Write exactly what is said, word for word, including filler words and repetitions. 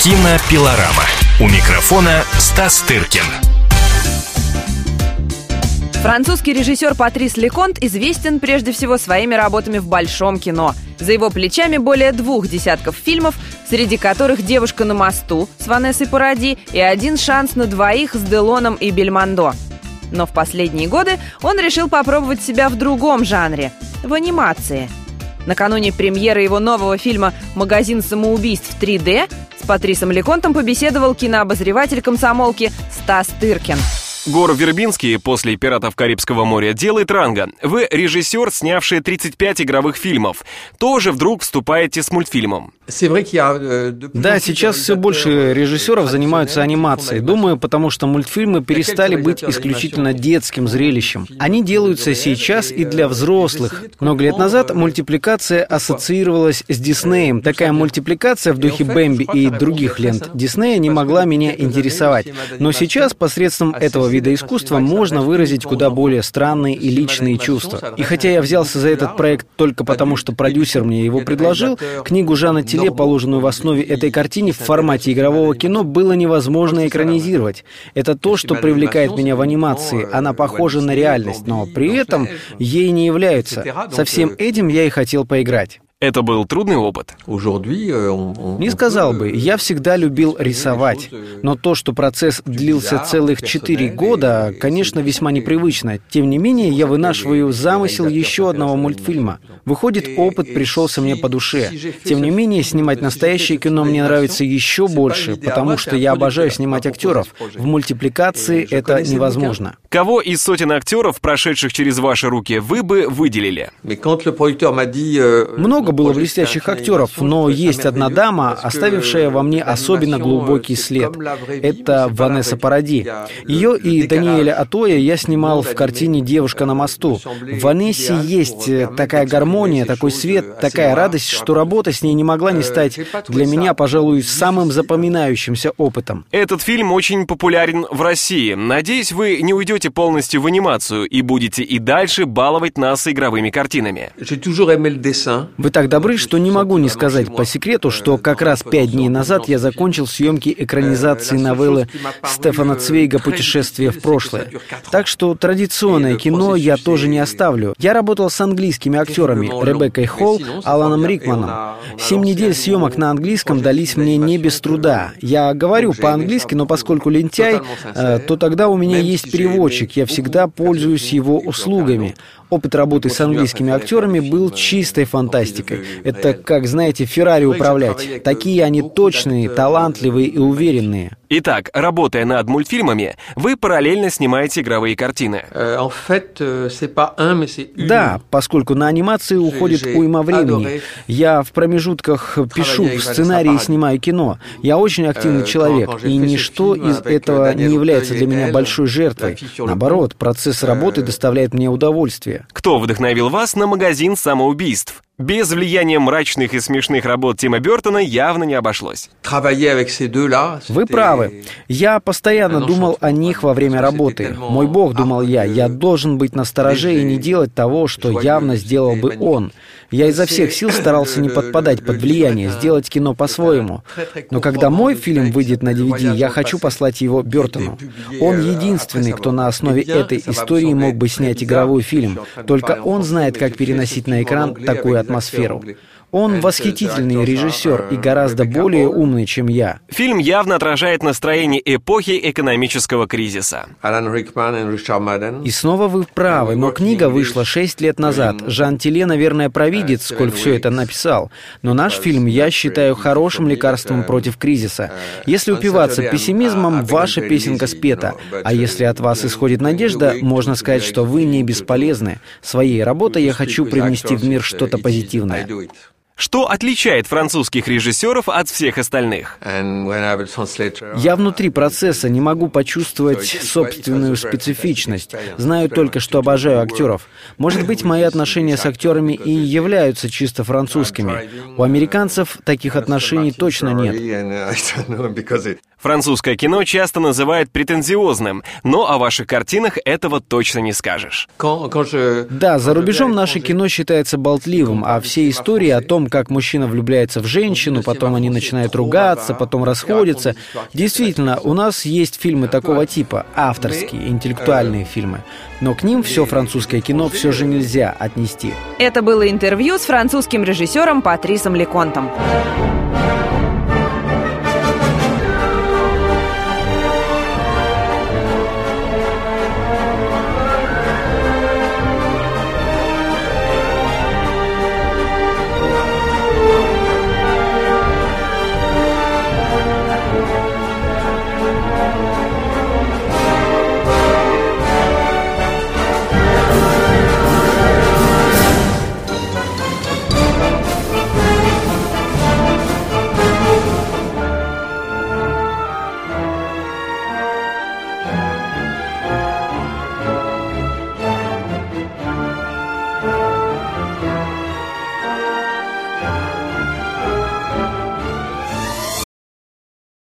Кинопилорама. У микрофона Стас Тыркин. Французский режиссер Патрис Леконт известен прежде всего своими работами в большом кино. За его плечами более двух десятков фильмов, среди которых «Девушка на мосту» с Ванессой Паради и «Один шанс на двоих» с Делоном и Бельмондо. Но в последние годы он решил попробовать себя в другом жанре – в анимации. Накануне премьеры его нового фильма «Магазин самоубийств три дэ» с Патрисом Леконтом побеседовал кинообозреватель комсомолки Стас Тыркин. Гор Вербинский после «Пиратов Карибского моря» делает ранго. Вы режиссер, снявший тридцать пять игровых фильмов. Тоже вдруг вступаете с мультфильмом. Да, сейчас все больше режиссеров занимаются анимацией. Думаю, потому что мультфильмы перестали быть исключительно детским зрелищем. Они делаются сейчас и для взрослых. Много лет назад мультипликация ассоциировалась с Диснеем. Такая мультипликация в духе Бэмби и других лент Диснея не могла меня интересовать. Но сейчас посредством этого вида искусства можно выразить куда более странные и личные чувства. И хотя я взялся за этот проект только потому, что продюсер мне его предложил, книгу Жана Тиле, положенную в основе этой картины в формате игрового кино, было невозможно экранизировать. Это то, что привлекает меня в анимации. Она похожа на реальность, но при этом ей не является. Со всем этим я и хотел поиграть. Это был трудный опыт? Не сказал бы. Я всегда любил рисовать. Но то, что процесс длился целых четыре года, конечно, весьма непривычно. Тем не менее, я вынашиваю замысел еще одного мультфильма. Выходит, опыт пришелся мне по душе. Тем не менее, снимать настоящее кино мне нравится еще больше, потому что я обожаю снимать актеров. В мультипликации это невозможно. Кого из сотен актеров, прошедших через ваши руки, вы бы выделили? Много было блестящих актеров, но есть одна дама, оставившая во мне особенно глубокий след. Это Ванесса Паради. Ее и Даниэля Атоя я снимал в картине «Девушка на мосту». В Ванессе есть такая гармония, такой свет, такая радость, что работа с ней не могла не стать для меня, пожалуй, самым запоминающимся опытом. Этот фильм очень популярен в России. Надеюсь, вы не уйдете полностью в анимацию и будете и дальше баловать нас игровыми картинами. Вы так добры, что не могу не сказать по секрету, что как раз пять дней назад я закончил съемки экранизации новеллы Стефана Цвейга «Путешествие в прошлое». Так что традиционное кино я тоже не оставлю. Я работал с английскими актерами Ребеккой Холл, Аланом Рикманом. Семь недель съемок на английском дались мне не без труда. Я говорю по-английски, но поскольку лентяй, э, то тогда у меня есть переводчик, я всегда пользуюсь его услугами. Опыт работы с английскими актерами был чистой фантастикой. Это, как знаете, Феррари управлять. Такие они точные, талантливые и уверенные. Итак, работая над мультфильмами, вы параллельно снимаете игровые картины. Да, поскольку на анимации уходит уйма времени. Я в промежутках пишу сценарий и снимаю кино. Я очень активный человек, и ничто из этого не является для меня большой жертвой. Наоборот, процесс работы доставляет мне удовольствие. Кто вдохновил вас на «Магазин самоубийств»? Без влияния мрачных и смешных работ Тима Бёртона явно не обошлось. Вы правы. Я постоянно думал о них во время работы. Мой бог, думал я, я должен быть настороже и не делать того, что явно сделал бы он. Я изо всех сил старался не подпадать под влияние, сделать кино по-своему. Но когда мой фильм выйдет на ди ви ди, я хочу послать его Бёртону. Он единственный, кто на основе этой истории мог бы снять игровой фильм. Только он знает, как переносить на экран такую атмосферу. Он восхитительный режиссер и гораздо более умный, чем я. Фильм явно отражает настроение эпохи экономического кризиса. И снова вы правы, но книга вышла шесть лет назад. Жан Тиле, наверное, провидит, сколь все это написал. Но наш фильм я считаю хорошим лекарством против кризиса. Если упиваться пессимизмом, ваша песенка спета. А если от вас исходит надежда, можно сказать, что вы не бесполезны. Своей работой я хочу привнести в мир что-то позитивное. Что отличает французских режиссеров от всех остальных? Я внутри процесса не могу почувствовать собственную специфичность. Знаю только, что обожаю актеров. Может быть, мои отношения с актерами и являются чисто французскими. У американцев таких отношений точно нет. Французское кино часто называют претенциозным, но о ваших картинах этого точно не скажешь. Да, за рубежом наше кино считается болтливым, а все истории о том, как мужчина влюбляется в женщину, потом они начинают ругаться, потом расходятся. Действительно, у нас есть фильмы такого типа, авторские, интеллектуальные фильмы. Но к ним все французское кино все же нельзя отнести. Это было интервью с французским режиссером Патрисом Леконтом.